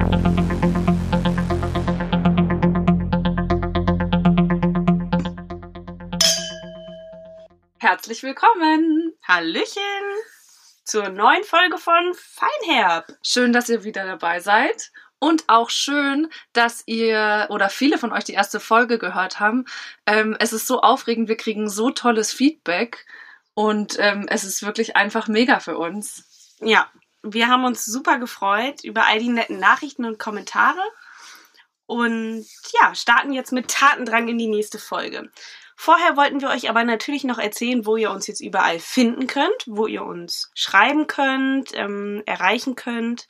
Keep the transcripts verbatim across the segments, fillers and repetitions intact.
Herzlich willkommen! Hallöchen! Zur neuen Folge von Feinherb. Schön, dass ihr wieder dabei seid. Und auch schön, dass ihr oder viele von euch die erste Folge gehört haben. Ähm, es ist so aufregend, wir kriegen so tolles Feedback und ähm, es ist wirklich einfach mega für uns. Ja, wir haben uns super gefreut über all die netten Nachrichten und Kommentare und ja, starten jetzt mit Tatendrang in die nächste Folge. Vorher wollten wir euch aber natürlich noch erzählen, wo ihr uns jetzt überall finden könnt, wo ihr uns schreiben könnt, ähm, erreichen könnt.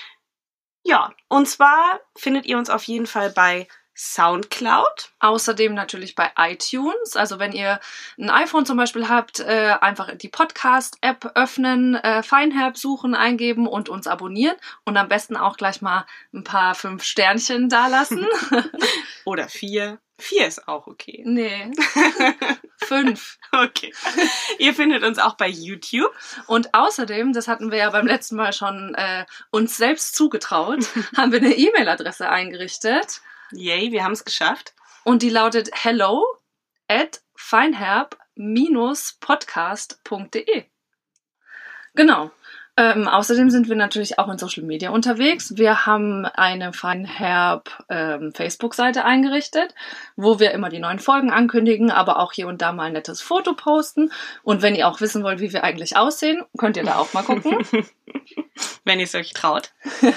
Ja, und zwar findet ihr uns auf jeden Fall bei Soundcloud. Außerdem natürlich bei iTunes. Also wenn ihr ein iPhone zum Beispiel habt, äh, einfach die Podcast-App öffnen, äh, Feinherb suchen, eingeben und uns abonnieren. Und am besten auch gleich mal ein paar fünf Sternchen dalassen. Oder vier. Vier ist auch okay. Nee. Fünf. Okay. Ihr findet uns auch bei YouTube. Und außerdem, das hatten wir ja beim letzten Mal schon äh, uns selbst zugetraut, haben wir eine E-Mail-Adresse eingerichtet. Yay, wir haben es geschafft. Und die lautet hello at feinherb podcast punkt de. Genau. Ähm, außerdem sind wir natürlich auch in Social Media unterwegs. Wir haben eine Feinherb ähm, Facebook-Seite eingerichtet, wo wir immer die neuen Folgen ankündigen, aber auch hier und da mal ein nettes Foto posten. Und wenn ihr auch wissen wollt, wie wir eigentlich aussehen, könnt ihr da auch mal gucken. Wenn ihr es euch traut.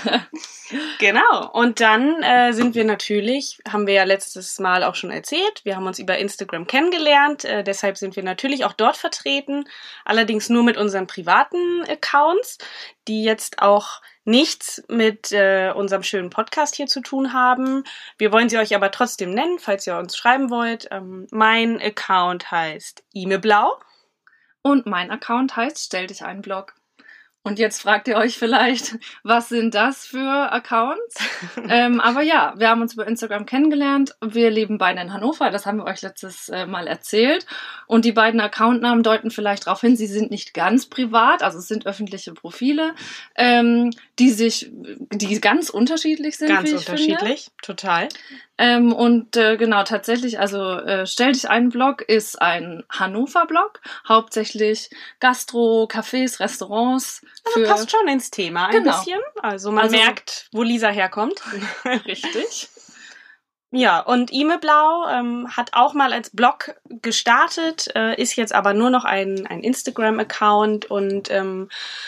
Genau. Und dann äh, sind wir natürlich, haben wir ja letztes Mal auch schon erzählt, wir haben uns über Instagram kennengelernt, äh, deshalb sind wir natürlich auch dort vertreten, allerdings nur mit unseren privaten Accounts, die jetzt auch nichts mit äh, unserem schönen Podcast hier zu tun haben. Wir wollen sie euch aber trotzdem nennen, falls ihr uns schreiben wollt. Ähm, mein Account heißt Imeblau. Und mein Account heißt Stell dich einen Blog. Und jetzt fragt ihr euch vielleicht, was sind das für Accounts? ähm, aber ja, wir haben uns über Instagram kennengelernt. Wir leben beide in Hannover, das haben wir euch letztes äh, Mal erzählt. Und die beiden Accountnamen deuten vielleicht darauf hin, sie sind nicht ganz privat, also es sind öffentliche Profile, ähm, die sich, die ganz unterschiedlich sind, Ganz wie ich unterschiedlich, finde. total. Ähm, und äh, genau, tatsächlich, also äh, Stell dich einen Blog ist ein Hannover-Blog, hauptsächlich Gastro, Cafés, Restaurants. Also für passt schon ins Thema ein genau. bisschen. Also man Also, merkt, wo Lisa herkommt. Richtig. Ja, und Imeblau ähm, hat auch mal als Blog gestartet, äh, ist jetzt aber nur noch ein, ein Instagram-Account und ähm,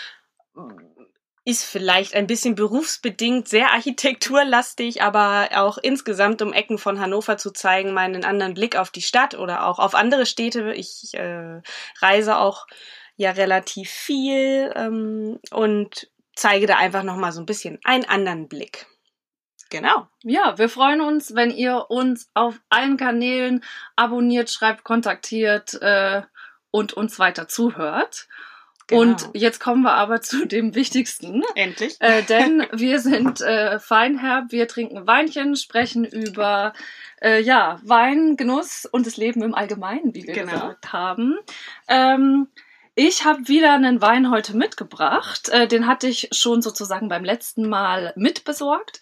ist vielleicht ein bisschen berufsbedingt sehr architekturlastig, aber auch insgesamt, um Ecken von Hannover zu zeigen, mal einen anderen Blick auf die Stadt oder auch auf andere Städte. Ich äh, reise auch ja relativ viel ähm, und zeige da einfach nochmal so ein bisschen einen anderen Blick. Genau. Ja, wir freuen uns, wenn ihr uns auf allen Kanälen abonniert, schreibt, kontaktiert äh, und uns weiter zuhört. Genau. Und jetzt kommen wir aber zu dem Wichtigsten. Endlich. Äh, denn wir sind äh, Feinherb, wir trinken Weinchen, sprechen über äh, ja, Wein, Genuss und das Leben im Allgemeinen, wie wir Genau. gesagt haben. Ähm, ich habe wieder einen Wein heute mitgebracht. Äh, den hatte ich schon sozusagen beim letzten Mal mitbesorgt.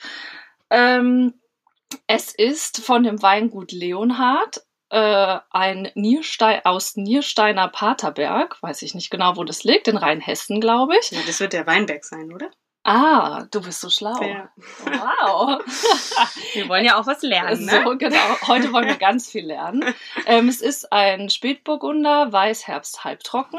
Ähm, es ist von dem Weingut Leonhard. Äh, ein Nierstein aus Niersteiner Paterberg, weiß ich nicht genau, wo das liegt, in Rheinhessen, glaube ich. Ja, das wird der Weinberg sein, oder? Ah, du bist so schlau. Ja. Wow. Wir wollen ja auch was lernen, ne? So, genau. Heute wollen wir ganz viel lernen. Ähm, es ist ein Spätburgunder, Weißherbst, halbtrocken.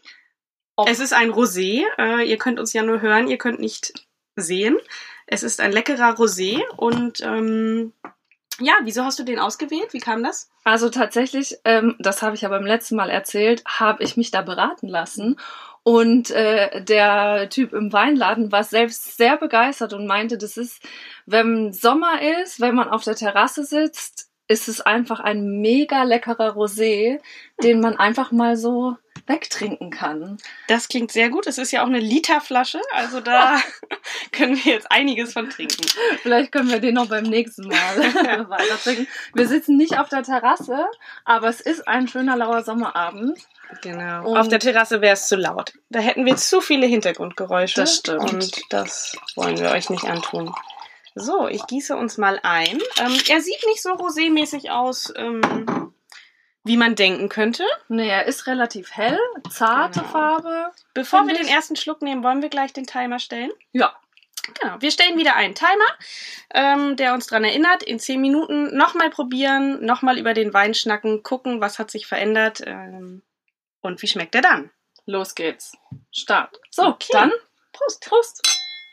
Ob Es ist ein Rosé. Äh, ihr könnt uns ja nur hören, ihr könnt nicht sehen. Es ist ein leckerer Rosé und ähm, ja, wieso hast du den ausgewählt? Wie kam das? Also tatsächlich, ähm, das habe ich ja beim letzten Mal erzählt, habe ich mich da beraten lassen. Und äh, der Typ im Weinladen war selbst sehr begeistert und meinte, das ist, wenn Sommer ist, wenn man auf der Terrasse sitzt, ist es einfach ein mega leckerer Rosé, den man einfach mal so wegtrinken kann. Das klingt sehr gut. Es ist ja auch eine Literflasche, also da können wir jetzt einiges von trinken. Vielleicht können wir den noch beim nächsten Mal weiter trinken. Wir sitzen nicht auf der Terrasse, aber es ist ein schöner lauer Sommerabend. Genau. Und auf der Terrasse wäre es zu laut. Da hätten wir zu viele Hintergrundgeräusche. Das stimmt. Und das wollen wir euch nicht antun. So, ich gieße uns mal ein. Ähm, er sieht nicht so rosémäßig aus, ähm, wie man denken könnte. Nee, er ist relativ hell, zarte Genau. Farbe. Bevor wir Find den ich. ersten Schluck nehmen, wollen wir gleich den Timer stellen. Ja. Genau, wir stellen wieder einen Timer, ähm, der uns daran erinnert, in zehn Minuten nochmal probieren, nochmal über den Wein schnacken, gucken, was hat sich verändert ähm, und wie schmeckt er dann. Los geht's. Start. So, Okay. dann Prost. Prost.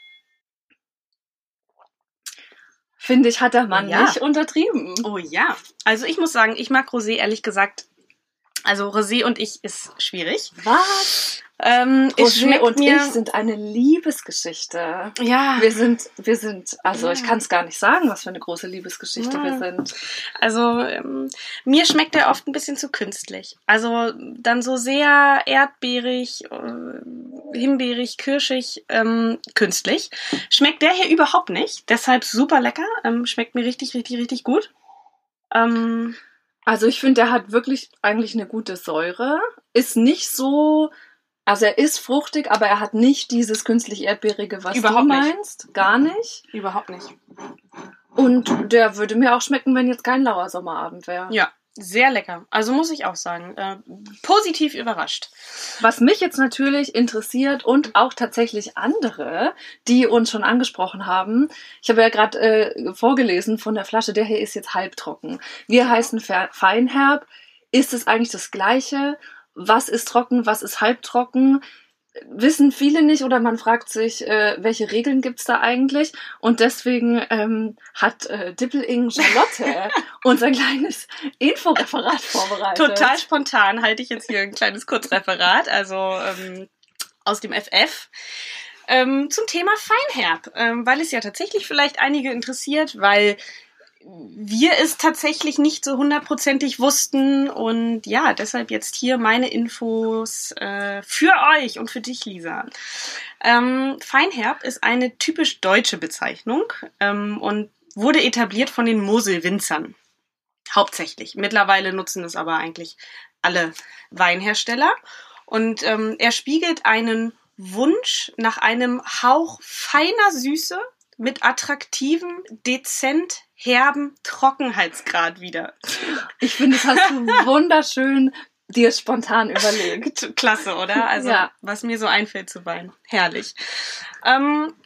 Finde ich, hat der Mann Ja. nicht untertrieben. Oh ja, also ich muss sagen, ich mag Rosé ehrlich gesagt, also Rosé und ich ist schwierig. Was? Ähm, es Rosé schmeckt und mir, ich sind eine Liebesgeschichte. ja, Wir sind, wir sind, also Ja. ich kann es gar nicht sagen, was für eine große Liebesgeschichte Ja. wir sind. also ähm, mir schmeckt er oft ein bisschen zu künstlich. Also dann so sehr erdbeerig, äh, himbeerig, kirschig, ähm, künstlich. Schmeckt der hier überhaupt nicht, deshalb super lecker, ähm, schmeckt mir richtig, richtig, richtig gut. Ähm, Also ich finde, er hat wirklich eigentlich eine gute Säure. Ist nicht so, also er ist fruchtig, aber er hat nicht dieses künstlich erdbeerige, was Überhaupt du nicht. meinst. Gar nicht. überhaupt nicht. Und der würde mir auch schmecken, wenn jetzt kein lauer Sommerabend wäre. Ja, sehr lecker. Also muss ich auch sagen, äh, positiv überrascht. Was mich jetzt natürlich interessiert und auch tatsächlich andere, die uns schon angesprochen haben. Ich habe ja gerade äh, vorgelesen von der Flasche, der hier ist jetzt halbtrocken. Wir heißen Fer- Feinherb. Ist es eigentlich das Gleiche? Was ist trocken, was ist halbtrocken? Wissen viele nicht oder man fragt sich, äh, welche Regeln gibt's da eigentlich? Und deswegen ähm, hat äh, Dippel-Ing Charlotte unser kleines Inforeferat vorbereitet. Total spontan halte ich jetzt hier ein kleines Kurzreferat, also ähm, aus dem F F. Ähm, zum Thema Feinherb, ähm, weil es ja tatsächlich vielleicht einige interessiert, weil wir es tatsächlich nicht so hundertprozentig wussten und ja, deshalb jetzt hier meine Infos äh, für euch und für dich, Lisa. Ähm, Feinherb ist eine typisch deutsche Bezeichnung ähm, und wurde etabliert von den Mosel-Winzern. Hauptsächlich. Mittlerweile nutzen es aber eigentlich alle Weinhersteller. Und ähm, er spiegelt einen Wunsch nach einem Hauch feiner Süße mit attraktivem, dezent herben Trockenheitsgrad wider. Ich finde, das hast du wunderschön dir spontan überlegt. Klasse, oder? Also, Ja. was mir so einfällt zu Wein. Herrlich. Ähm,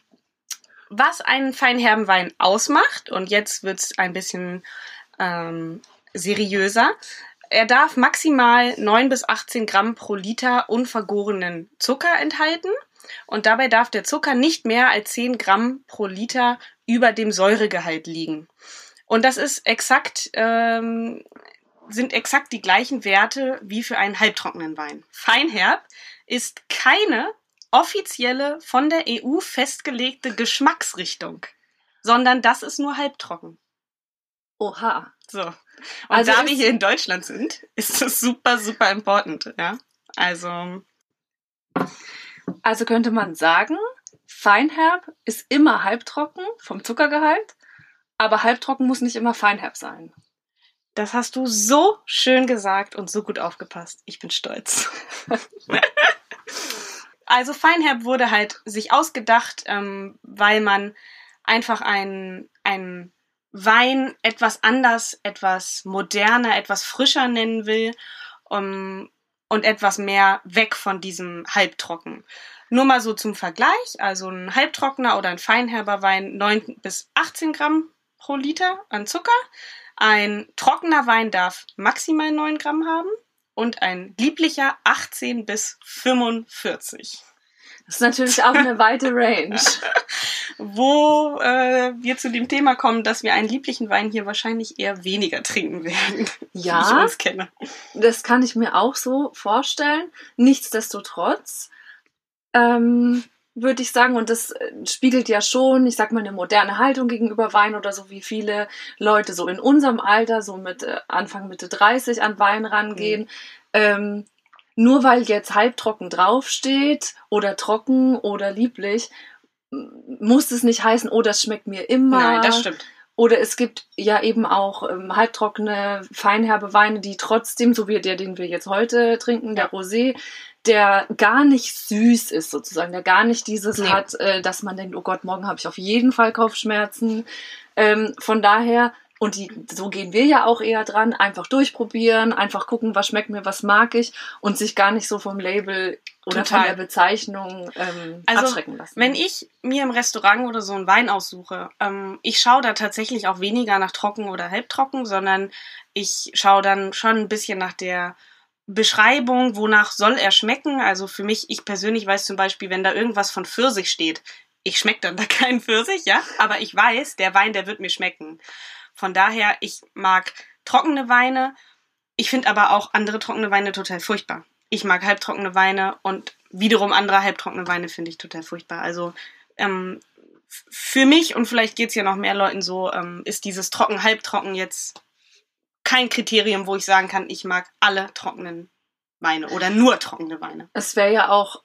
was einen feinherben Wein ausmacht, und jetzt wird's ein bisschen ähm, seriöser, er darf maximal neun bis achtzehn Gramm pro Liter unvergorenen Zucker enthalten. Und dabei darf der Zucker nicht mehr als zehn Gramm pro Liter über dem Säuregehalt liegen. Und das ist exakt, ähm, sind exakt die gleichen Werte wie für einen halbtrockenen Wein. Feinherb ist keine offizielle von der E U festgelegte Geschmacksrichtung, sondern das ist nur halbtrocken. Oha. So. Und Also da ist- wir hier in Deutschland sind, ist das super, super important. Ja? Also, Also könnte man sagen, Feinherb ist immer halbtrocken vom Zuckergehalt, aber halbtrocken muss nicht immer Feinherb sein. das hast du so schön gesagt und so gut aufgepasst. Ich bin stolz. Also Feinherb wurde halt sich ausgedacht, ähm, weil man einfach einen, einen Wein etwas anders, etwas moderner, etwas frischer nennen will um, und etwas mehr weg von diesem Halbtrocken. Nur mal so zum Vergleich, also ein halbtrockener oder ein feinherber Wein neun bis achtzehn Gramm pro Liter an Zucker. Ein trockener Wein darf maximal neun Gramm haben und ein lieblicher achtzehn bis fünfundvierzig. Das ist natürlich auch eine weite Range. Wo äh, wir zu dem Thema kommen, dass wir einen lieblichen Wein hier wahrscheinlich eher weniger trinken werden, Ja. wie ich uns kenne. Das kann ich mir auch so vorstellen. Nichtsdestotrotz ähm, würde ich sagen, und das äh, spiegelt ja schon, ich sag mal, eine moderne Haltung gegenüber Wein oder so, wie viele Leute so in unserem Alter, so mit äh, Anfang, Mitte dreißig an Wein rangehen. Mhm. Ähm, nur weil jetzt halbtrocken draufsteht oder trocken oder lieblich, muss es nicht heißen, oh, das schmeckt mir immer. Nein, das stimmt. Oder es gibt ja eben auch ähm, halbtrockene, feinherbe Weine, die trotzdem, so wie der, den wir jetzt heute trinken, der Ja. Rosé, der gar nicht süß ist sozusagen, der gar nicht dieses Nee. hat, äh, dass man denkt, oh Gott, morgen habe ich auf jeden Fall Kopfschmerzen. Ähm, von daher, und die, so gehen wir ja auch eher dran, einfach durchprobieren, einfach gucken, was schmeckt mir, was mag ich und sich gar nicht so vom Label oder Total. von der Bezeichnung ähm, Also, abschrecken lassen. Wenn ich mir im Restaurant oder so einen Wein aussuche, ähm, ich schaue da tatsächlich auch weniger nach trocken oder halbtrocken, sondern ich schaue dann schon ein bisschen nach der Beschreibung, wonach soll er schmecken. Also für mich, ich persönlich weiß zum Beispiel, wenn da irgendwas von Pfirsich steht, ich schmecke dann da keinen Pfirsich, ja, aber ich weiß, der Wein, der wird mir schmecken. Von daher, ich mag trockene Weine, ich finde aber auch andere trockene Weine total furchtbar. Ich mag halbtrockene Weine und wiederum andere halbtrockene Weine finde ich total furchtbar. Also ähm, f- für mich, und vielleicht geht's ja noch mehr Leuten so, ähm, ist dieses trocken, halbtrocken jetzt kein Kriterium, wo ich sagen kann, ich mag alle trockenen Weine oder nur trockene Weine. Es wäre ja auch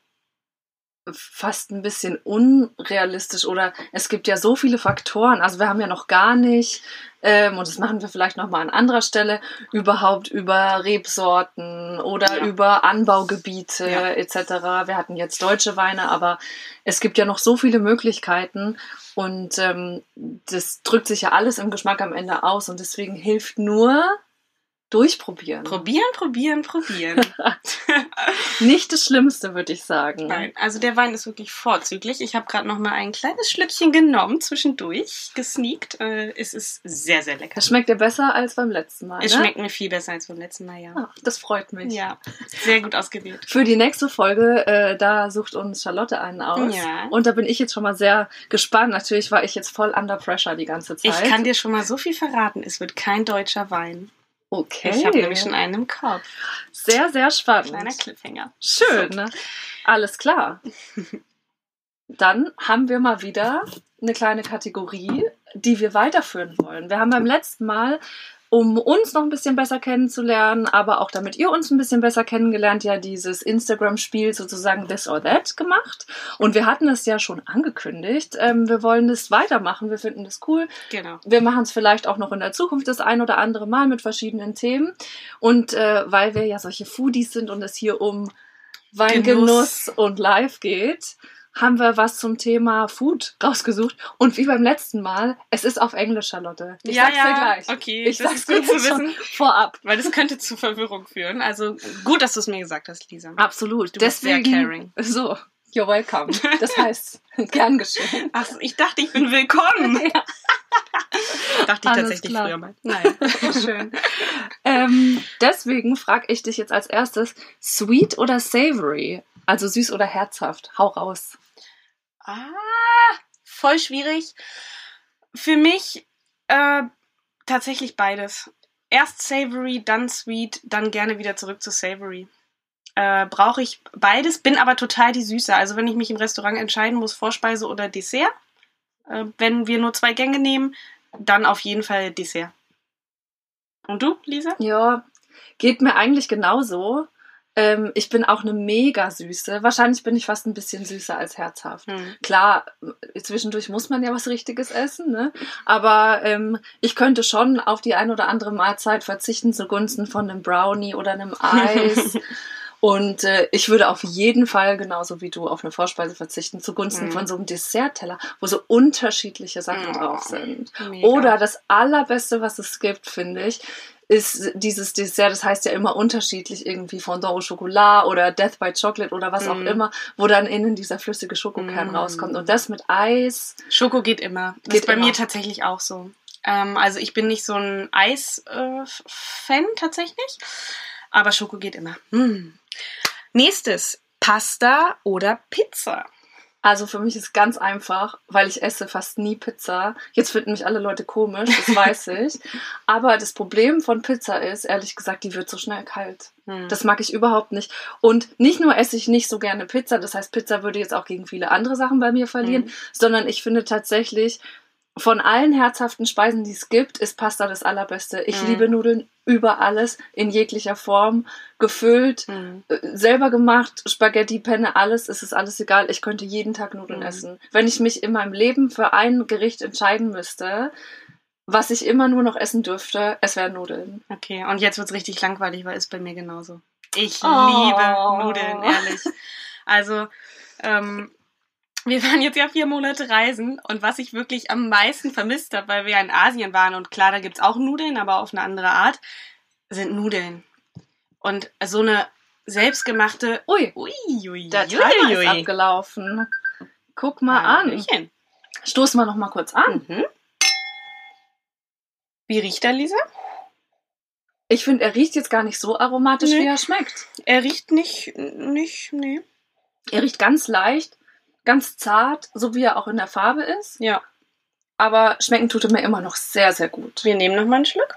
fast ein bisschen unrealistisch oder es gibt ja so viele Faktoren. Also wir haben ja noch gar nicht, ähm, und das machen wir vielleicht nochmal an anderer Stelle, überhaupt über Rebsorten oder Ja. über Anbaugebiete Ja. et cetera. Wir hatten jetzt deutsche Weine, aber es gibt ja noch so viele Möglichkeiten und ähm, das drückt sich ja alles im Geschmack am Ende aus und deswegen hilft nur durchprobieren. Probieren, probieren, probieren. Nicht das Schlimmste, würde ich sagen. Nein, also der Wein ist wirklich vorzüglich. Ich habe gerade noch mal ein kleines Schlückchen genommen, zwischendurch gesneakt. Äh, es ist sehr, sehr lecker. Das schmeckt dir besser als beim letzten Mal, Es ne? schmeckt mir viel besser als beim letzten Mal, ja. Ah, das freut mich. Ja, sehr gut ausgewählt. Für die nächste Folge, äh, da sucht uns Charlotte einen aus. Ja. Und da bin ich jetzt schon mal sehr gespannt. Natürlich war ich jetzt voll under pressure die ganze Zeit. Ich kann dir schon mal so viel verraten, es wird kein deutscher Wein. Okay. Ich habe nämlich schon einen im Kopf. Sehr, sehr spannend. Kleiner Cliffhanger. Schön. Ne? Alles klar. Dann haben wir mal wieder eine kleine Kategorie, die wir weiterführen wollen. Wir haben beim letzten Mal, um uns noch ein bisschen besser kennenzulernen, aber auch damit ihr uns ein bisschen besser kennengelernt, ja dieses Instagram-Spiel sozusagen This or That gemacht. Und wir hatten es ja schon angekündigt. Ähm, wir wollen das weitermachen. Wir finden das cool. Genau. Wir machen es vielleicht auch noch in der Zukunft das ein oder andere Mal mit verschiedenen Themen. Und äh, weil wir ja solche Foodies sind und es hier um Weingenuss und Live geht, haben wir was zum Thema Food rausgesucht. Und wie beim letzten Mal, es ist auf Englisch, Charlotte. Ich Ja, sag's ja, dir gleich. okay, Ich das sag's ist dir gut zu jetzt schon wissen. vorab. Weil das könnte zu Verwirrung führen. Also gut, dass du es mir gesagt hast, Lisa. Absolut. Du bist sehr Deswegen, caring. So, you're welcome. Das heißt, gern geschehen. Ach, ich dachte, ich bin willkommen. Ja. Dachte ich Alles tatsächlich klar. früher mal. Nein. Schön. ähm, deswegen frage ich dich jetzt als erstes, sweet oder savory? Also süß oder herzhaft? Hau raus. Ah, voll schwierig. Für mich äh, tatsächlich beides. Erst savory, dann sweet, dann gerne wieder zurück zu savory. Äh, brauche ich beides, bin aber total die Süße. Also wenn ich mich im Restaurant entscheiden muss, Vorspeise oder Dessert, äh, wenn wir nur zwei Gänge nehmen, dann auf jeden Fall Dessert. Und du, Lisa? Ja, geht mir eigentlich genauso. Ähm, ich bin auch eine mega Süße. Wahrscheinlich bin ich fast ein bisschen süßer als herzhaft. Hm. Klar, zwischendurch muss man ja was Richtiges essen, ne? Aber ähm, ich könnte schon auf die ein oder andere Mahlzeit verzichten zugunsten von einem Brownie oder einem Eis. Und äh, ich würde auf jeden Fall, genauso wie du, auf eine Vorspeise verzichten, zugunsten Mhm. von so einem Dessertteller, wo so unterschiedliche Sachen Oh, drauf sind. Mega. Oder das Allerbeste, was es gibt, finde ich, ist dieses Dessert, das heißt ja immer unterschiedlich, irgendwie Fondant au Chocolat oder Death by Chocolate oder was auch Mhm. immer, wo dann innen dieser flüssige Schokokern Mhm. rauskommt. Und das mit Eis. Schoko geht immer. Das Geht ist bei immer. mir tatsächlich auch so. Ähm, also ich bin nicht so ein Eis-Fan tatsächlich, aber Schoko geht immer. Hm. Nächstes, Pasta oder Pizza? Also für mich ist ganz einfach, weil ich esse fast nie Pizza. Jetzt finden mich alle Leute komisch, das weiß ich. Aber das Problem von Pizza ist, ehrlich gesagt, die wird so schnell kalt. Hm. Das mag ich überhaupt nicht. Und nicht nur esse ich nicht so gerne Pizza, das heißt, Pizza würde jetzt auch gegen viele andere Sachen bei mir verlieren, Mhm. sondern ich finde tatsächlich, von allen herzhaften Speisen, die es gibt, ist Pasta das Allerbeste. Ich Mhm. liebe Nudeln über alles, in jeglicher Form, gefüllt, Hm. äh, selber gemacht, Spaghetti, Penne, alles, es ist alles egal. Ich könnte jeden Tag Nudeln Mhm. essen. Wenn ich mich in meinem Leben für ein Gericht entscheiden müsste, was ich immer nur noch essen dürfte, es wären Nudeln. Okay, und jetzt wird's richtig langweilig, weil ist bei mir genauso. Ich Oh. liebe Nudeln, ehrlich. Also, ähm, wir waren jetzt ja vier Monate reisen und was ich wirklich am meisten vermisst habe, weil wir ja in Asien waren und klar, da gibt's auch Nudeln, aber auf eine andere Art, sind Nudeln. Und so eine selbstgemachte... Ui, Ui, ui, der ui, Timer ui. ist abgelaufen. Guck mal an. Hallöchen. Stoßen wir noch mal kurz an. Mhm. Wie riecht er, Lisa? Ich finde, er riecht jetzt gar nicht so aromatisch, Nee. wie er schmeckt. Er riecht nicht, nicht, nee. Er riecht ganz leicht, ganz zart, so wie er auch in der Farbe ist. Ja. Aber schmecken tut er mir immer noch sehr, sehr gut. Wir nehmen noch mal einen Schluck.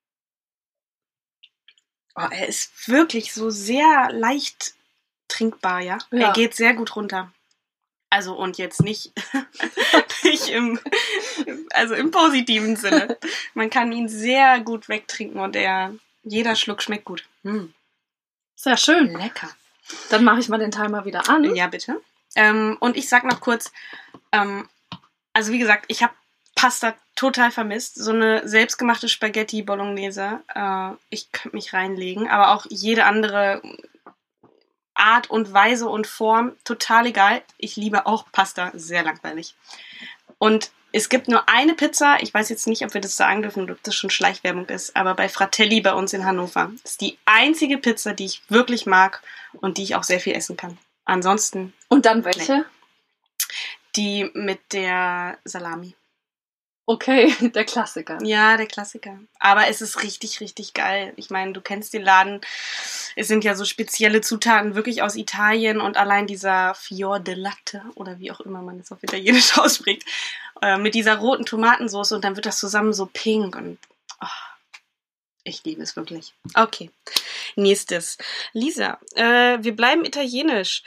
Oh, er ist wirklich so sehr leicht trinkbar, ja? Ja. Er geht sehr gut runter. Also und jetzt nicht, nicht im, also im positiven Sinne. Man kann ihn sehr gut wegtrinken und er, jeder Schluck schmeckt gut. Mm. Sehr schön. Lecker. Dann mache ich mal den Timer wieder an. Ja, bitte. Ähm, und ich sag noch kurz, ähm, also wie gesagt, ich habe Pasta total vermisst. So eine selbstgemachte Spaghetti Bolognese. Äh, ich könnte mich reinlegen, aber auch jede andere Art und Weise und Form, total egal. Ich liebe auch Pasta, sehr langweilig. Und es gibt nur eine Pizza, ich weiß jetzt nicht, ob wir das sagen dürfen oder ob das schon Schleichwerbung ist, aber bei Fratelli bei uns in Hannover. Das ist die einzige Pizza, die ich wirklich mag und die ich auch sehr viel essen kann. Ansonsten Und dann welche? die mit der Salami. Okay, der Klassiker. Ja, der Klassiker. Aber es ist richtig, richtig geil. Ich meine, du kennst den Laden. Es sind ja so spezielle Zutaten wirklich aus Italien und allein dieser Fior de Latte oder wie auch immer man es auf Italienisch ausspricht, äh, mit dieser roten Tomatensauce und dann wird das zusammen so pink und oh, ich liebe es wirklich. Okay, nächstes. Lisa, äh, wir bleiben italienisch.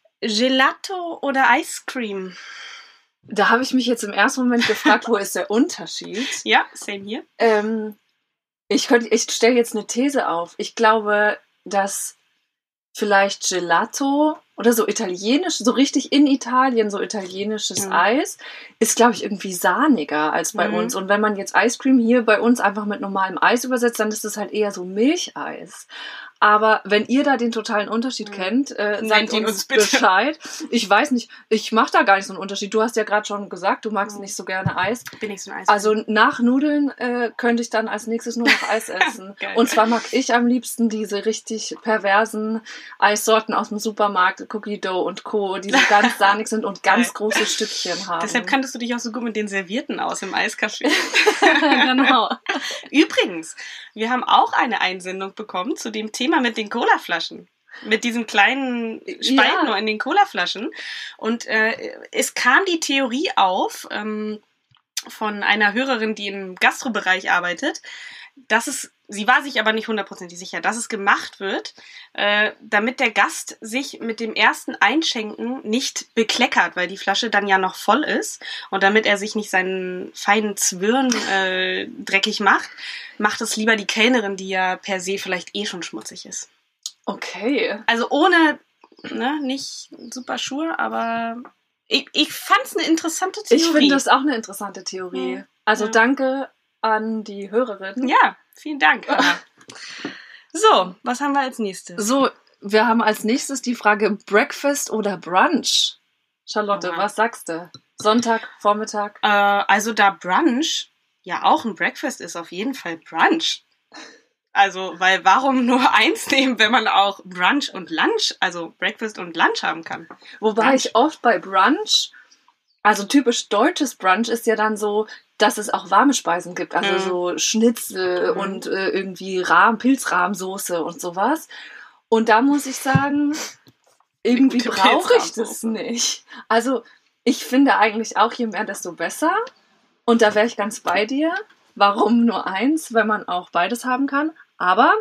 Gelato oder Ice Cream? Da habe ich mich jetzt im ersten Moment gefragt, wo ist der Unterschied? Ja, same hier. Ähm, ich könnte, ich stelle jetzt eine These auf. Ich glaube, dass vielleicht Gelato oder so italienisch, so richtig in Italien, so italienisches Mhm. Eis, ist, glaube ich, irgendwie sahniger als bei Mhm. uns. Und wenn man jetzt Ice Cream hier bei uns einfach mit normalem Eis übersetzt, dann ist es halt eher so Milcheis. Aber wenn ihr da den totalen Unterschied Mhm. kennt, äh, Nennt sagt ihn uns, uns bitte. Bescheid. Ich weiß nicht, ich mache da gar nicht so einen Unterschied. Du hast ja gerade schon gesagt, du magst Mhm. nicht so gerne Eis. Bin ich so ein Eis. Also nach Nudeln äh, könnte ich dann als nächstes nur noch Eis essen. Geil. Und zwar mag ich am liebsten diese richtig perversen Eissorten aus dem Supermarkt, Cookie Dough und Co., die so ganz sahnig sind und ganz Geil. große Stückchen haben. Deshalb kanntest du dich auch so gut mit den Servierten aus im Eiscafé. Genau. Übrigens, wir haben auch eine Einsendung bekommen zu dem Thema mit den Colaflaschen. Mit diesen kleinen Spalten Ja. nur in den Colaflaschen. Und äh, es kam die Theorie auf ähm, von einer Hörerin, die im Gastrobereich arbeitet, dass es, sie war sich aber nicht hundertprozentig sicher, dass es gemacht wird, äh, damit der Gast sich mit dem ersten Einschenken nicht bekleckert, weil die Flasche dann ja noch voll ist und damit er sich nicht seinen feinen Zwirn äh, dreckig macht, macht es lieber die Kellnerin, die ja per se vielleicht eh schon schmutzig ist. Okay. Also ohne, ne, nicht super Schuhe, aber ich, ich fand's eine interessante Theorie. Ich finde das auch eine interessante Theorie. Ja. Also Ja. danke an die Hörerin. Ja, vielen Dank, Anna. So, was haben wir als nächstes? So, wir haben als nächstes die Frage Breakfast oder Brunch. Charlotte, Aha. was sagst du? Sonntag, Vormittag? Äh, also da Brunch ja auch ein Breakfast ist, auf jeden Fall Brunch. Also, weil warum nur eins nehmen, wenn man auch Brunch und Lunch, also Breakfast und Lunch haben kann? Wobei Brunch. ich oft bei Brunch, also typisch deutsches Brunch ist ja dann so, dass es auch warme Speisen gibt. Also Mhm. so Schnitzel Mhm. und äh, irgendwie Rahm, Pilzrahmsoße und sowas. Und da muss ich sagen, irgendwie gute brauche ich das Pilzrahmsoße. nicht. Also ich finde eigentlich auch, je mehr, desto besser. Und da wäre ich ganz bei dir. Warum nur eins, wenn man auch beides haben kann? Aber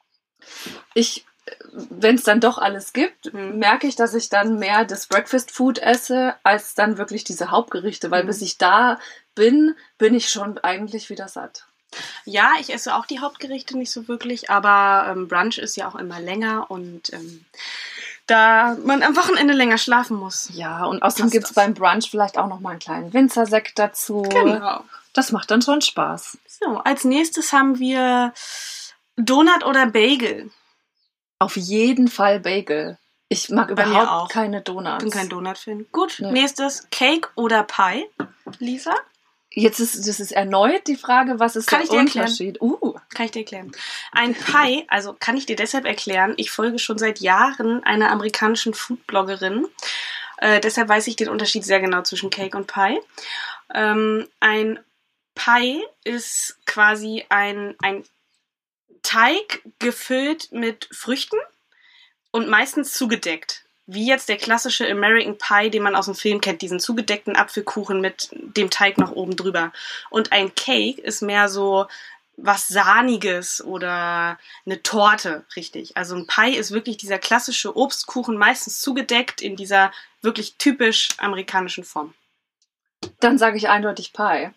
ich, wenn es dann doch alles gibt, Mhm. merke ich, dass ich dann mehr das Breakfast Food esse, als dann wirklich diese Hauptgerichte. Weil Mhm. bis ich da bin, bin ich schon eigentlich wieder satt. Ja, ich esse auch die Hauptgerichte nicht so wirklich, aber ähm, Brunch ist ja auch immer länger und ähm, da man am Wochenende länger schlafen muss. Ja, und außerdem Passt gibt es das. beim Brunch vielleicht auch noch mal einen kleinen Winzersekt dazu. Genau. Das macht dann schon Spaß. So, als nächstes haben wir Donut oder Bagel. auf jeden Fall Bagel. Ich mag Bei mir überhaupt auch. keine Donuts. Ich bin kein Donut-Fan. Gut, Nee. nächstes. Cake oder Pie? Lisa? Jetzt ist das ist erneut die Frage, was ist Kann der ich dir erklären? Unterschied? Uh, Kann ich dir erklären. Ein Pie, also kann ich dir deshalb erklären, ich folge schon seit Jahren einer amerikanischen Foodbloggerin. Äh, deshalb weiß ich den Unterschied sehr genau zwischen Cake und Pie. Ähm, ein Pie ist quasi ein, ein Teig gefüllt mit Früchten und meistens zugedeckt. Wie jetzt der klassische American Pie, den man aus dem Film kennt, diesen zugedeckten Apfelkuchen mit dem Teig noch oben drüber. Und ein Cake ist mehr so was Sahniges oder eine Torte, richtig. Also ein Pie ist wirklich dieser klassische Obstkuchen, meistens zugedeckt in dieser wirklich typisch amerikanischen Form. dann sage ich eindeutig Pie.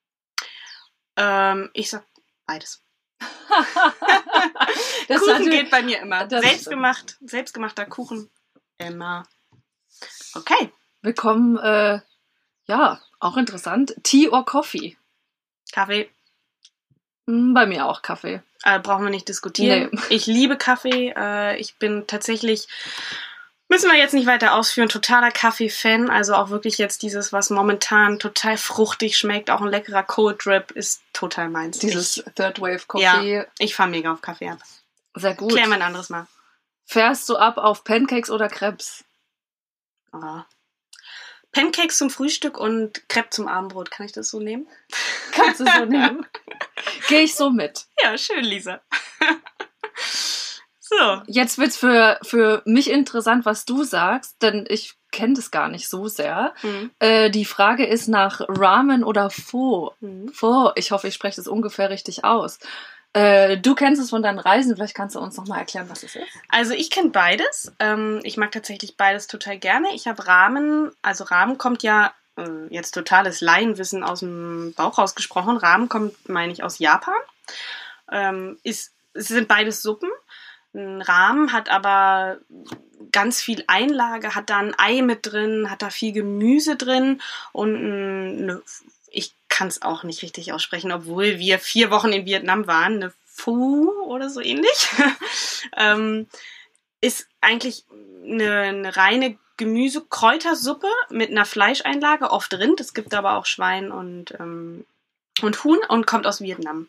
Ähm, ich sag beides. Das Kuchen natürlich- geht bei mir immer. das Selbstgemacht, selbstgemachter Kuchen. Immer. Okay. Wir kommen, äh, ja, auch interessant. Tea or Coffee? Kaffee. Hm, bei mir auch Kaffee. Äh, brauchen wir nicht diskutieren. Nee. Ich liebe Kaffee. Äh, ich bin tatsächlich, müssen wir jetzt nicht weiter ausführen, totaler Kaffee-Fan. Also auch wirklich jetzt dieses, was momentan total fruchtig schmeckt, auch ein leckerer Cold Drip, ist total meins. Dieses ich, Third Wave ja, Coffee. ich fahre mega auf Kaffee ab. Sehr gut. Klären wir ein anderes Mal. Fährst du ab auf Pancakes oder Crepes? Oh. Pancakes zum Frühstück und Crepe zum Abendbrot. Kann ich das so nehmen? Kannst du so nehmen? Gehe ich so mit. Ja, schön, Lisa. So. Jetzt wird's für, für mich interessant, was du sagst, denn ich kenne das gar nicht so sehr. Mhm. Äh, die Frage ist nach Ramen oder Pho. Mhm. Pho, ich hoffe, ich spreche das ungefähr richtig aus. Äh, du kennst es von deinen Reisen, vielleicht kannst du uns nochmal erklären, was es ist. Also ich kenne beides. Ähm, ich mag tatsächlich beides total gerne. Ich habe Ramen, also Ramen kommt ja, äh, jetzt totales Laienwissen aus dem Bauch rausgesprochen, Ramen kommt, meine ich, aus Japan. Ähm, ist, es sind beides Suppen. Ein Ramen hat aber ganz viel Einlage, hat da ein Ei mit drin, hat da viel Gemüse drin und eine, ich kann es auch nicht richtig aussprechen, obwohl wir vier Wochen in Vietnam waren, eine Pho oder so ähnlich, ähm, ist eigentlich eine, eine reine Gemüse-Kräutersuppe mit einer Fleischeinlage, oft Rind, es gibt aber auch Schwein und, ähm, und Huhn und kommt aus Vietnam.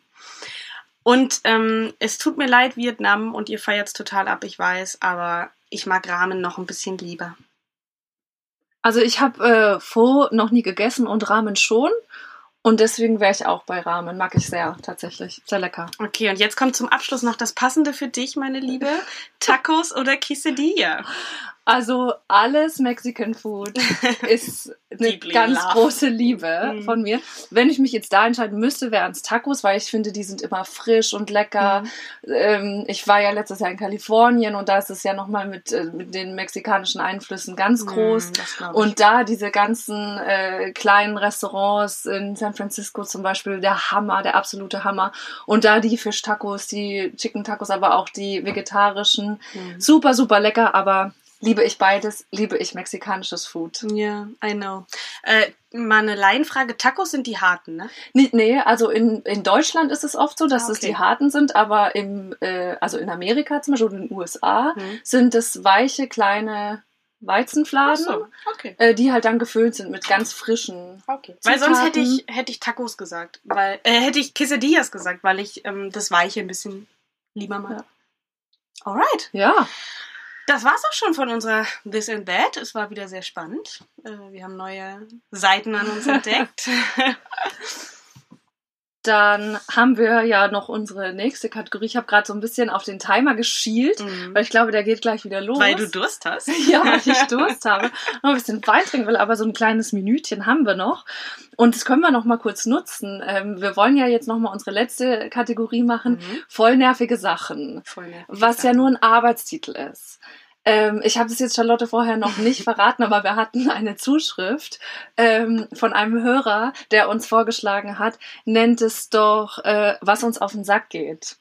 Und ähm, es tut mir leid, Vietnam, und ihr feiert's total ab, ich weiß, aber ich mag Ramen noch ein bisschen lieber. Also ich habe äh, Pho noch nie gegessen und Ramen schon. Und deswegen wäre ich auch bei Ramen. Mag ich sehr, tatsächlich. Sehr lecker. Okay, und jetzt kommt zum Abschluss noch das Passende für dich, meine Liebe. Tacos oder Quesadilla? Also alles Mexican Food ist eine Deeply ganz love. große Liebe Mhm. von mir. Wenn ich mich jetzt da entscheiden müsste, wären es Tacos, weil ich finde, die sind immer frisch und lecker. Mhm. Ähm, ich war ja letztes Jahr in Kalifornien und da ist es ja nochmal mit, äh, mit den mexikanischen Einflüssen ganz groß. Mhm, das glaub ich. Und da diese ganzen äh, kleinen Restaurants in San Francisco zum Beispiel, der Hammer, der absolute Hammer. Und da die Fisch-Tacos, die Chicken-Tacos, aber auch die vegetarischen. Mhm. Super, super lecker, aber liebe ich beides, liebe ich mexikanisches Food. Ja, I know. Äh, mal eine Laienfrage, Tacos sind die harten, ne? Nee, nee, also in, in Deutschland ist es oft so, dass Ah, es okay. die harten sind, aber im, äh, also in Amerika zum Beispiel oder in den U S A Mhm. sind es weiche, kleine Weizenfladen, Ach so, okay. äh, die halt dann gefüllt sind mit ganz frischen. Okay. Weil sonst hätte Zutaten. ich, hätte ich Tacos gesagt, weil, äh, hätte ich Quesadillas gesagt, weil ich ähm, das Weiche ein bisschen lieber mag. Ja. Alright. Ja, Das war's auch schon von unserer This and That. Es war wieder sehr spannend. Äh, wir haben neue Seiten an uns entdeckt. dann haben wir ja noch unsere nächste Kategorie. Ich habe gerade so ein bisschen auf den Timer geschielt, Mhm. weil ich glaube, der geht gleich wieder los. Weil du Durst hast. Ja, weil ich Durst habe. Noch ein bisschen Wein trinken will, aber so ein kleines Minütchen haben wir noch. Und das können wir noch mal kurz nutzen. Ähm, wir wollen ja jetzt noch mal unsere letzte Kategorie machen. Mhm. Voll nervige Sachen. Voll nervig. Was ja nur ein Arbeitstitel ist. Ähm, ich habe es jetzt Charlotte vorher noch nicht verraten, aber wir hatten eine Zuschrift ähm, von einem Hörer, der uns vorgeschlagen hat, nennt es doch, äh, was uns auf den Sack geht.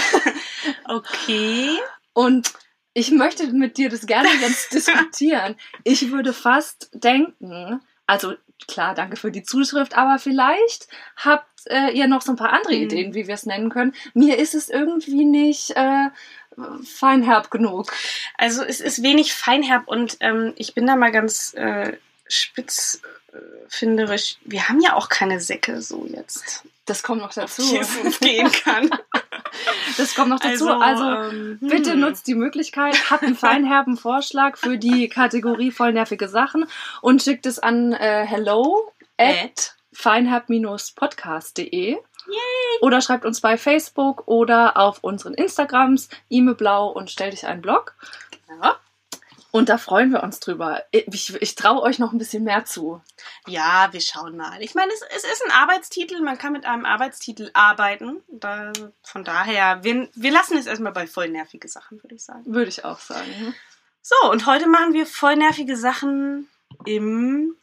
Okay. Und ich möchte mit dir das gerne jetzt diskutieren. Ich würde fast denken, also klar, danke für die Zuschrift, aber vielleicht habt äh, ihr noch so ein paar andere Mhm. Ideen, wie wir es nennen können. Mir ist es irgendwie nicht äh, feinherb genug? Also es ist wenig feinherb und ähm, ich bin da mal ganz äh, spitzfinderisch. Wir haben ja auch keine Säcke so jetzt. Das kommt noch dazu. Auf die es uns gehen kann. Das kommt noch dazu. Also, also ähm, bitte hm. nutzt die Möglichkeit, habt einen feinherben Vorschlag für die Kategorie voll nervige Sachen und schickt es an äh, hello at feinherb-podcast punkt de oder schreibt uns bei Facebook oder auf unseren Instagrams imeblau und stell dich einen Blog. Genau. Und da freuen wir uns drüber. Ich, ich traue euch noch ein bisschen mehr zu. Ja, wir schauen mal. Ich meine, es, es ist ein Arbeitstitel. Man kann mit einem Arbeitstitel arbeiten. Da, von daher, wir, wir lassen es erstmal bei voll nervige Sachen, würde ich sagen. Würde ich auch sagen. So, und heute machen wir voll nervige Sachen im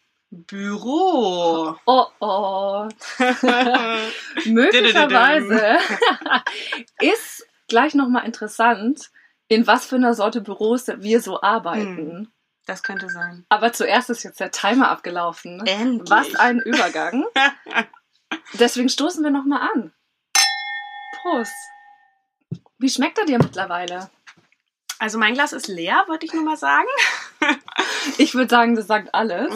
Büro. Oh, oh. Möglicherweise ist gleich nochmal interessant, in was für einer Sorte Büros wir so arbeiten. Das könnte sein. Aber zuerst ist jetzt der Timer abgelaufen. Endlich. Was ein Übergang. Deswegen stoßen wir nochmal an. Prost. Wie schmeckt er dir mittlerweile? Also mein Glas ist leer, wollte ich nur mal sagen. Ich würde sagen, das sagt alles.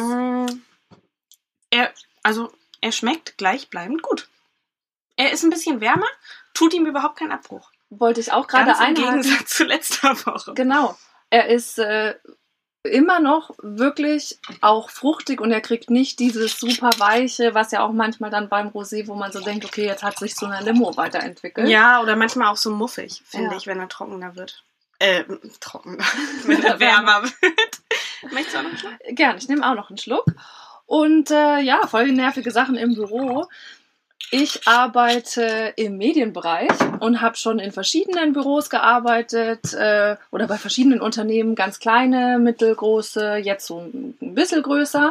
Er, also er schmeckt gleichbleibend gut. Er ist ein bisschen wärmer, tut ihm überhaupt keinen Abbruch. Wollte ich auch gerade einhaken. Im Gegensatz zu letzter Woche. Genau. Er ist äh, immer noch wirklich auch fruchtig und er kriegt nicht dieses super weiche, was ja auch manchmal dann beim Rosé, wo man so denkt, okay, jetzt hat sich so eine Limo weiterentwickelt. Ja, oder manchmal auch so muffig, finde ja. ich, wenn er trockener wird. Äh, trockener. Wenn er wärmer wird. Möchtest du auch noch einen Schluck? Gerne, ich nehme auch noch einen Schluck. Und äh, ja, voll nervige Sachen im Büro. Ich arbeite im Medienbereich und habe schon in verschiedenen Büros gearbeitet äh, oder bei verschiedenen Unternehmen, ganz kleine, mittelgroße, jetzt so ein bisschen größer.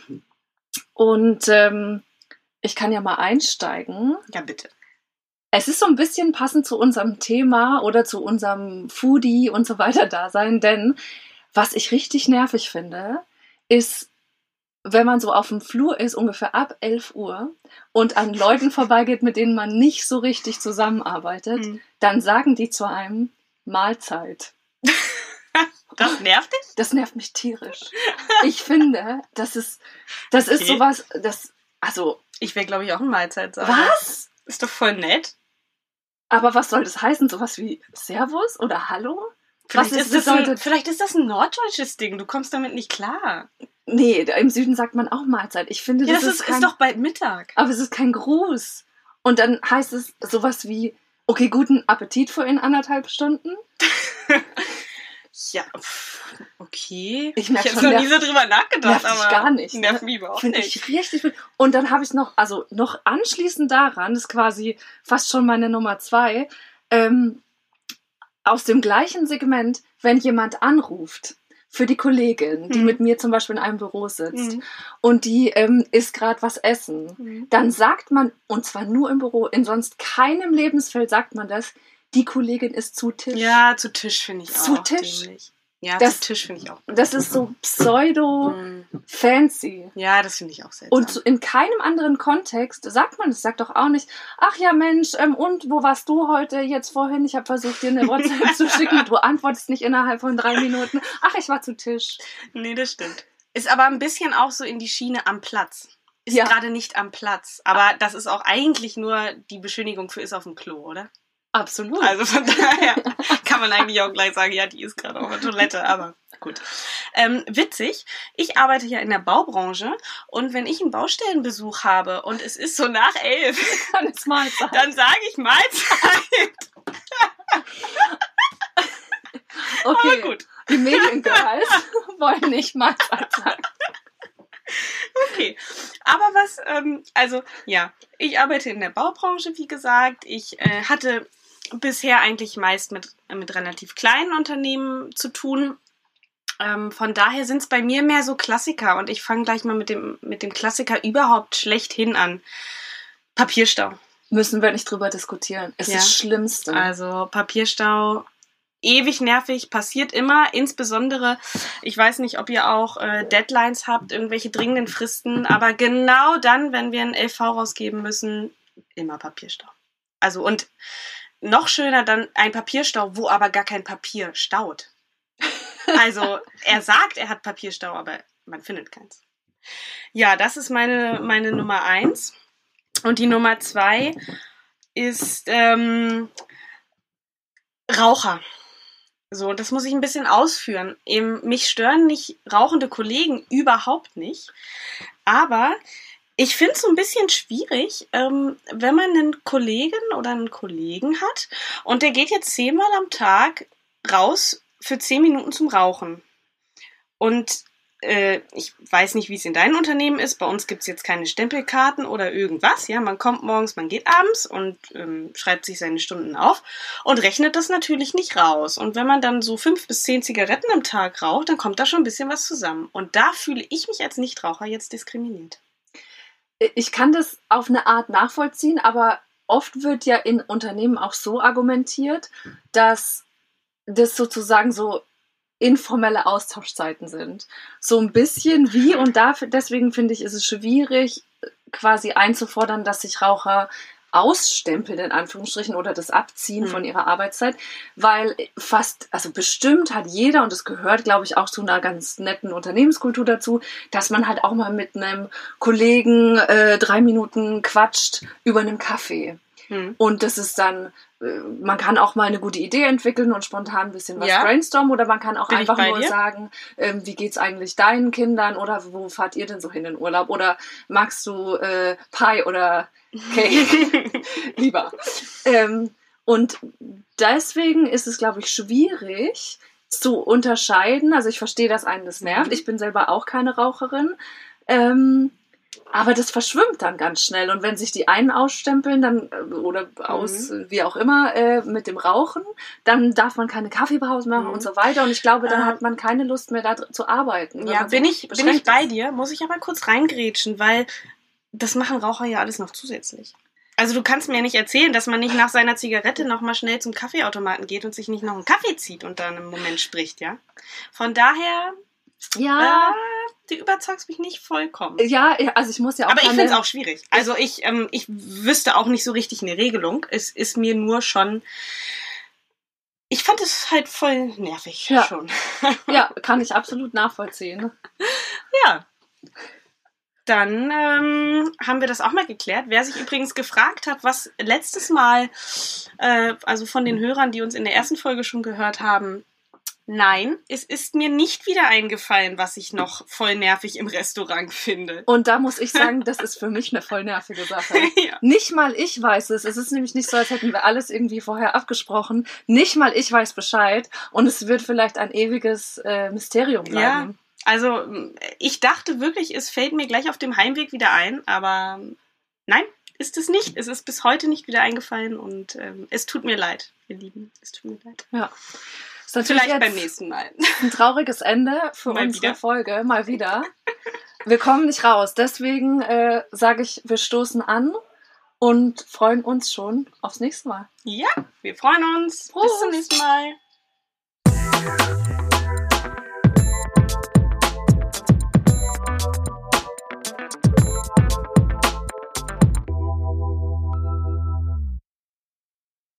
Und ähm, ich kann ja mal einsteigen. Ja, bitte. Es ist so ein bisschen passend zu unserem Thema oder zu unserem Foodie und so weiter Dasein, denn was ich richtig nervig finde, ist, wenn man so auf dem Flur ist, ungefähr ab elf Uhr und an Leuten vorbeigeht, mit denen man nicht so richtig zusammenarbeitet, mhm. dann sagen die zu einem Mahlzeit. Das nervt dich? Das nervt mich tierisch. Ich finde, das ist, das okay. ist sowas, das, also... Ich wäre, glaube ich, auch ein Mahlzeit sagen. Was? Ist doch voll nett. Aber was soll das heißen? Sowas wie Servus oder Hallo? Vielleicht, was ist, ist das ein, vielleicht ist das ein norddeutsches Ding. Du kommst damit nicht klar. Nee, im Süden sagt man auch Mahlzeit. Ich finde, ja, das, das ist, ist, kein, ist doch bald Mittag. Aber es ist kein Gruß. Und dann heißt es sowas wie, okay, guten Appetit für in anderthalb Stunden. Ja, okay. Ich, ich habe noch nie so drüber nachgedacht, aber ich gar nicht. Nervt mich überhaupt Finde nicht. Ich richtig viel. Und dann habe ich noch, also noch anschließend daran, das ist quasi fast schon meine Nummer zwei, ähm, aus dem gleichen Segment, wenn jemand anruft für die Kollegin, die mhm. mit mir zum Beispiel in einem Büro sitzt mhm. und die ähm, isst gerade was essen, mhm. dann sagt man, und zwar nur im Büro, in sonst keinem Lebensfeld sagt man das, die Kollegin ist zu Tisch. Ja, zu Tisch finde ich zu auch. Zu Tisch? Dämlich. Ja, das, zu Tisch finde ich auch. Das ist so pseudo-fancy. Mm. Ja, das finde ich auch seltsam. Und in keinem anderen Kontext sagt man das. Sagt doch auch nicht, ach ja Mensch, ähm, und wo warst du heute jetzt vorhin? Ich habe versucht, dir eine WhatsApp zu schicken. Du antwortest nicht innerhalb von drei Minuten. Ach, ich war zu Tisch. Nee, das stimmt. Ist aber ein bisschen auch so in die Schiene am Platz. Ist ja. gerade nicht am Platz. Aber das ist auch eigentlich nur die Beschönigung für ist auf dem Klo, oder? Absolut. Also von daher kann man eigentlich auch gleich sagen, ja, die ist gerade auf der Toilette, aber gut. Ähm, witzig, ich arbeite ja in der Baubranche und wenn ich einen Baustellenbesuch habe und es ist so nach elf, dann ist Mahlzeit. Dann sage ich Mahlzeit. Okay, aber gut. Die Mediengirls wollen nicht Mahlzeit sagen. Okay, aber was, ähm, also ja, ich arbeite in der Baubranche, wie gesagt. Ich äh, hatte bisher eigentlich meist mit, mit relativ kleinen Unternehmen zu tun. Ähm, von daher sind es bei mir mehr so Klassiker und ich fange gleich mal mit dem, mit dem Klassiker überhaupt schlechthin an. Papierstau. Müssen wir nicht drüber diskutieren. Es ja. ist das Schlimmste. Also Papierstau... Ewig nervig, passiert immer, insbesondere, ich weiß nicht, ob ihr auch äh, Deadlines habt, irgendwelche dringenden Fristen, aber genau dann, wenn wir ein L V rausgeben müssen, immer Papierstau. Also und noch schöner dann ein Papierstau, wo aber gar kein Papier staut. Also er sagt, er hat Papierstau, aber man findet keins. Ja, das ist meine, meine Nummer eins. Und die Nummer zwei ist ähm, Raucher. So, das muss ich ein bisschen ausführen. Eben, mich stören nicht rauchende Kollegen überhaupt nicht. Aber ich finde es so ein bisschen schwierig, ähm, wenn man einen Kollegen oder einen Kollegen hat und der geht jetzt zehnmal am Tag raus für zehn Minuten zum Rauchen. Und äh, ich weiß nicht, wie es in deinem Unternehmen ist. Bei uns gibt es jetzt keine Stempelkarten oder irgendwas. Ja, man kommt morgens, man geht abends und ähm, schreibt sich seine Stunden auf und rechnet das natürlich nicht raus. Und wenn man dann so fünf bis zehn Zigaretten am Tag raucht, dann kommt da schon ein bisschen was zusammen. Und da fühle ich mich als Nichtraucher jetzt diskriminiert. Ich kann das auf eine Art nachvollziehen, aber oft wird ja in Unternehmen auch so argumentiert, dass das sozusagen so informelle Austauschzeiten sind. So ein bisschen wie, und dafür, deswegen finde ich, ist es schwierig, quasi einzufordern, dass sich Raucher ausstempeln, in Anführungsstrichen, oder das abziehen mhm. von ihrer Arbeitszeit, weil fast, also bestimmt hat jeder, und es gehört, glaube ich, auch zu einer ganz netten Unternehmenskultur dazu, dass man halt auch mal mit einem Kollegen äh, drei Minuten quatscht über einen Kaffee. Mhm. Und das ist dann, man kann auch mal eine gute Idee entwickeln und spontan ein bisschen was ja. brainstormen, oder man kann auch Bin einfach nur dir? sagen, ähm, wie geht's eigentlich deinen Kindern, oder wo fahrt ihr denn so hin in Urlaub, oder magst du äh, Pie oder Cake? Lieber. Ähm, und deswegen ist es, glaube ich, schwierig zu unterscheiden. Also ich verstehe, dass einen das nervt. Ich bin selber auch keine Raucherin. Ähm, Aber das verschwimmt dann ganz schnell. Und wenn sich die einen ausstempeln, dann oder aus, mhm. wie auch immer, äh, mit dem Rauchen, dann darf man keine Kaffeepause machen mhm. und so weiter. Und ich glaube, dann äh, hat man keine Lust mehr, da zu arbeiten. Ja, bin ich, bin ich bei dir, muss ich aber kurz reingrätschen, weil das machen Raucher ja alles noch zusätzlich. Also du kannst mir nicht erzählen, dass man nicht nach seiner Zigarette nochmal schnell zum Kaffeeautomaten geht und sich nicht noch einen Kaffee zieht und dann im Moment spricht, ja? Von daher... Ja... Äh, du überzeugst mich nicht vollkommen. Ja, also ich muss ja auch... Aber ich finde es auch schwierig. Also ich, ähm, ich wüsste auch nicht so richtig eine Regelung. Es ist mir nur schon... Ich fand es halt voll nervig ja. schon. Ja, kann ich absolut nachvollziehen. Ja. Dann ähm, haben wir das auch mal geklärt. Wer sich übrigens gefragt hat, was letztes Mal, äh, also von den Hörern, die uns in der ersten Folge schon gehört haben, nein, es ist mir nicht wieder eingefallen, was ich noch voll nervig im Restaurant finde. Und da muss ich sagen, das ist für mich eine voll nervige Sache. Ja. Nicht mal ich weiß es. Es ist nämlich nicht so, als hätten wir alles irgendwie vorher abgesprochen. Nicht mal ich weiß Bescheid. Und es wird vielleicht ein ewiges äh, Mysterium bleiben. Ja, also ich dachte wirklich, es fällt mir gleich auf dem Heimweg wieder ein. Aber nein, ist es nicht. Es ist bis heute nicht wieder eingefallen. Und ähm, es tut mir leid, ihr Lieben. Es tut mir leid. Ja. Ist Vielleicht beim nächsten Mal. Ein trauriges Ende für mal unsere wieder. Folge, mal wieder. Wir kommen nicht raus, deswegen äh, sage ich, wir stoßen an und freuen uns schon aufs nächste Mal. Ja, wir freuen uns. Prost. Bis zum nächsten Mal.